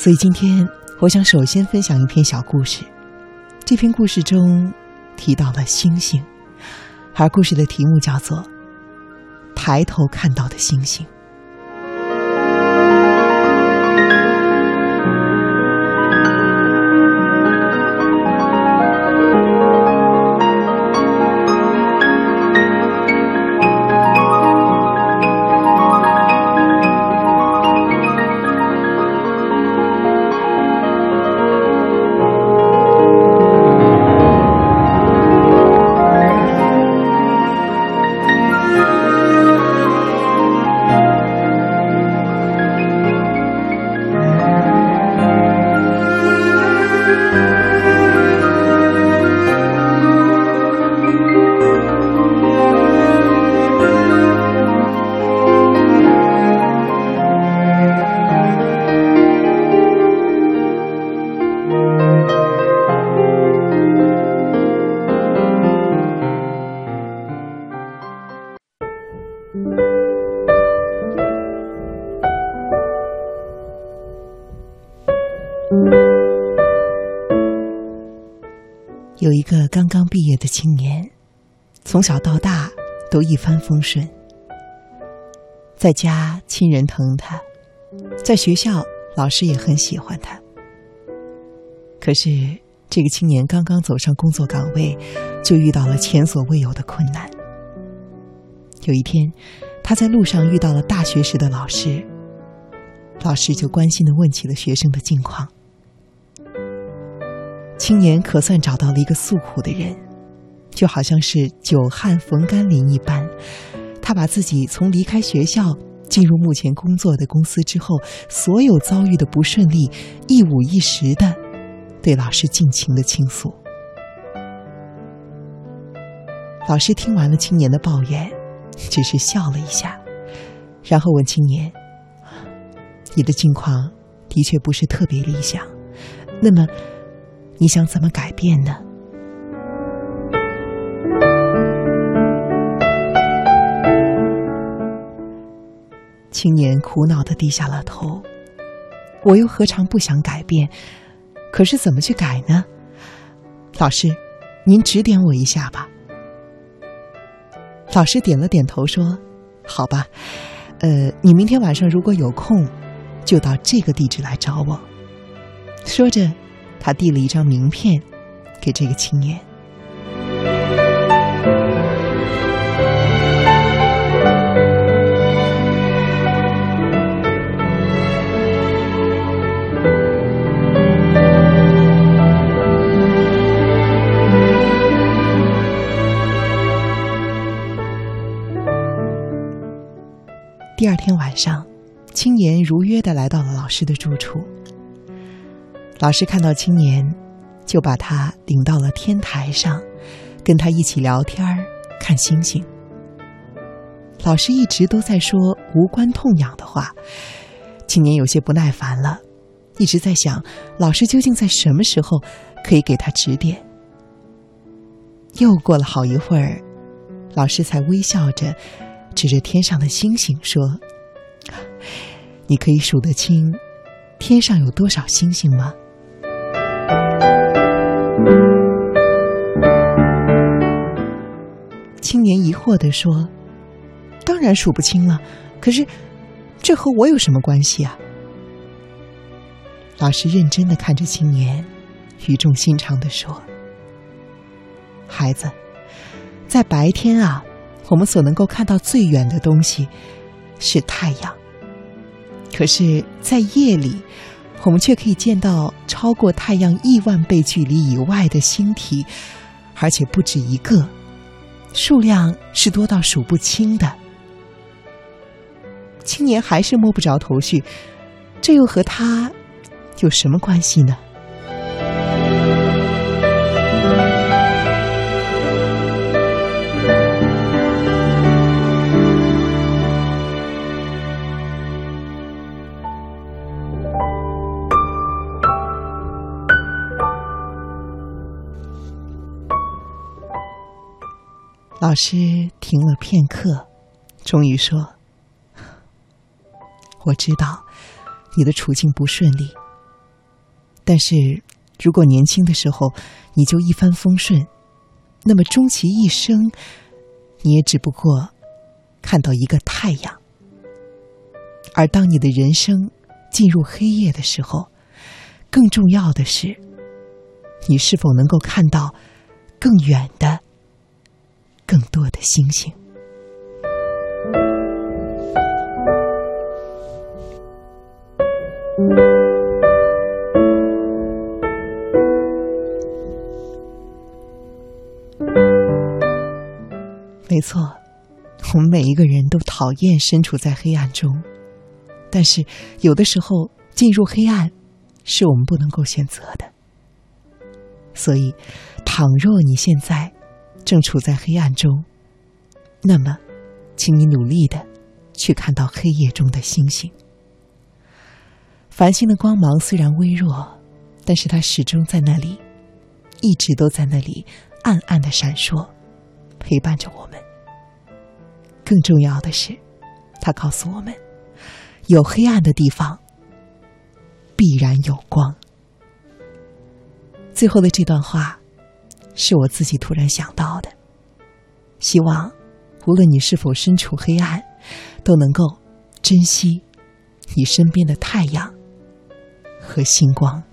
所以今天我想首先分享一篇小故事。这篇故事中提到了星星，而故事的题目叫做《抬头看到的星星》。有一个刚刚毕业的青年，从小到大都一帆风顺，在家亲人疼他，在学校老师也很喜欢他。可是这个青年刚刚走上工作岗位，就遇到了前所未有的困难。有一天，他在路上遇到了大学时的老师，老师就关心地问起了学生的近况。青年可算找到了一个诉苦的人，就好像是久旱逢甘霖一般。他把自己从离开学校进入目前工作的公司之后，所有遭遇的不顺利，一五一十地对老师尽情地倾诉。老师听完了青年的抱怨，只是笑了一下，然后问青年：你的境况的确不是特别理想，那么你想怎么改变呢？青年苦恼地低下了头。我又何尝不想改变，可是怎么去改呢？老师，您指点我一下吧。老师点了点头说：好吧，你明天晚上如果有空，就到这个地址来找我。说着，他递了一张名片给这个青年。第二天晚上，青年如约地来到了老师的住处。老师看到青年，就把他领到了天台上，跟他一起聊天看星星。老师一直都在说无关痛痒的话，青年有些不耐烦了，一直在想老师究竟在什么时候可以给他指点。又过了好一会儿，老师才微笑着指着天上的星星说：你可以数得清天上有多少星星吗？青年疑惑地说：当然数不清了，可是这和我有什么关系啊？老师认真地看着青年，语重心长地说：孩子，在白天啊，我们所能够看到最远的东西是太阳，可是在夜里，我们却可以见到超过太阳1万倍距离以外的星体，而且不止一个，数量是多到数不清的。青年还是摸不着头绪，这又和他有什么关系呢？老师停了片刻，终于说：我知道你的处境不顺利， 但是如果年轻的时候你就一帆风顺，那么终其一生，你也只不过看到一个太阳。而当你的人生进入黑夜的时候，更重要的是，你是否能够看到更远的、更多的星星。没错，我们每一个人都讨厌身处在黑暗中，但是有的时候进入黑暗是我们不能够选择的。所以倘若你现在正处在黑暗中，那么请你努力的去看到黑夜中的星星。繁星的光芒虽然微弱，但是它始终在那里，一直都在那里暗暗的闪烁，陪伴着我们。更重要的是，它告诉我们，有黑暗的地方必然有光。最后的这段话是我自己突然想到的，希望无论你是否身处黑暗，都能够珍惜你身边的太阳和星光。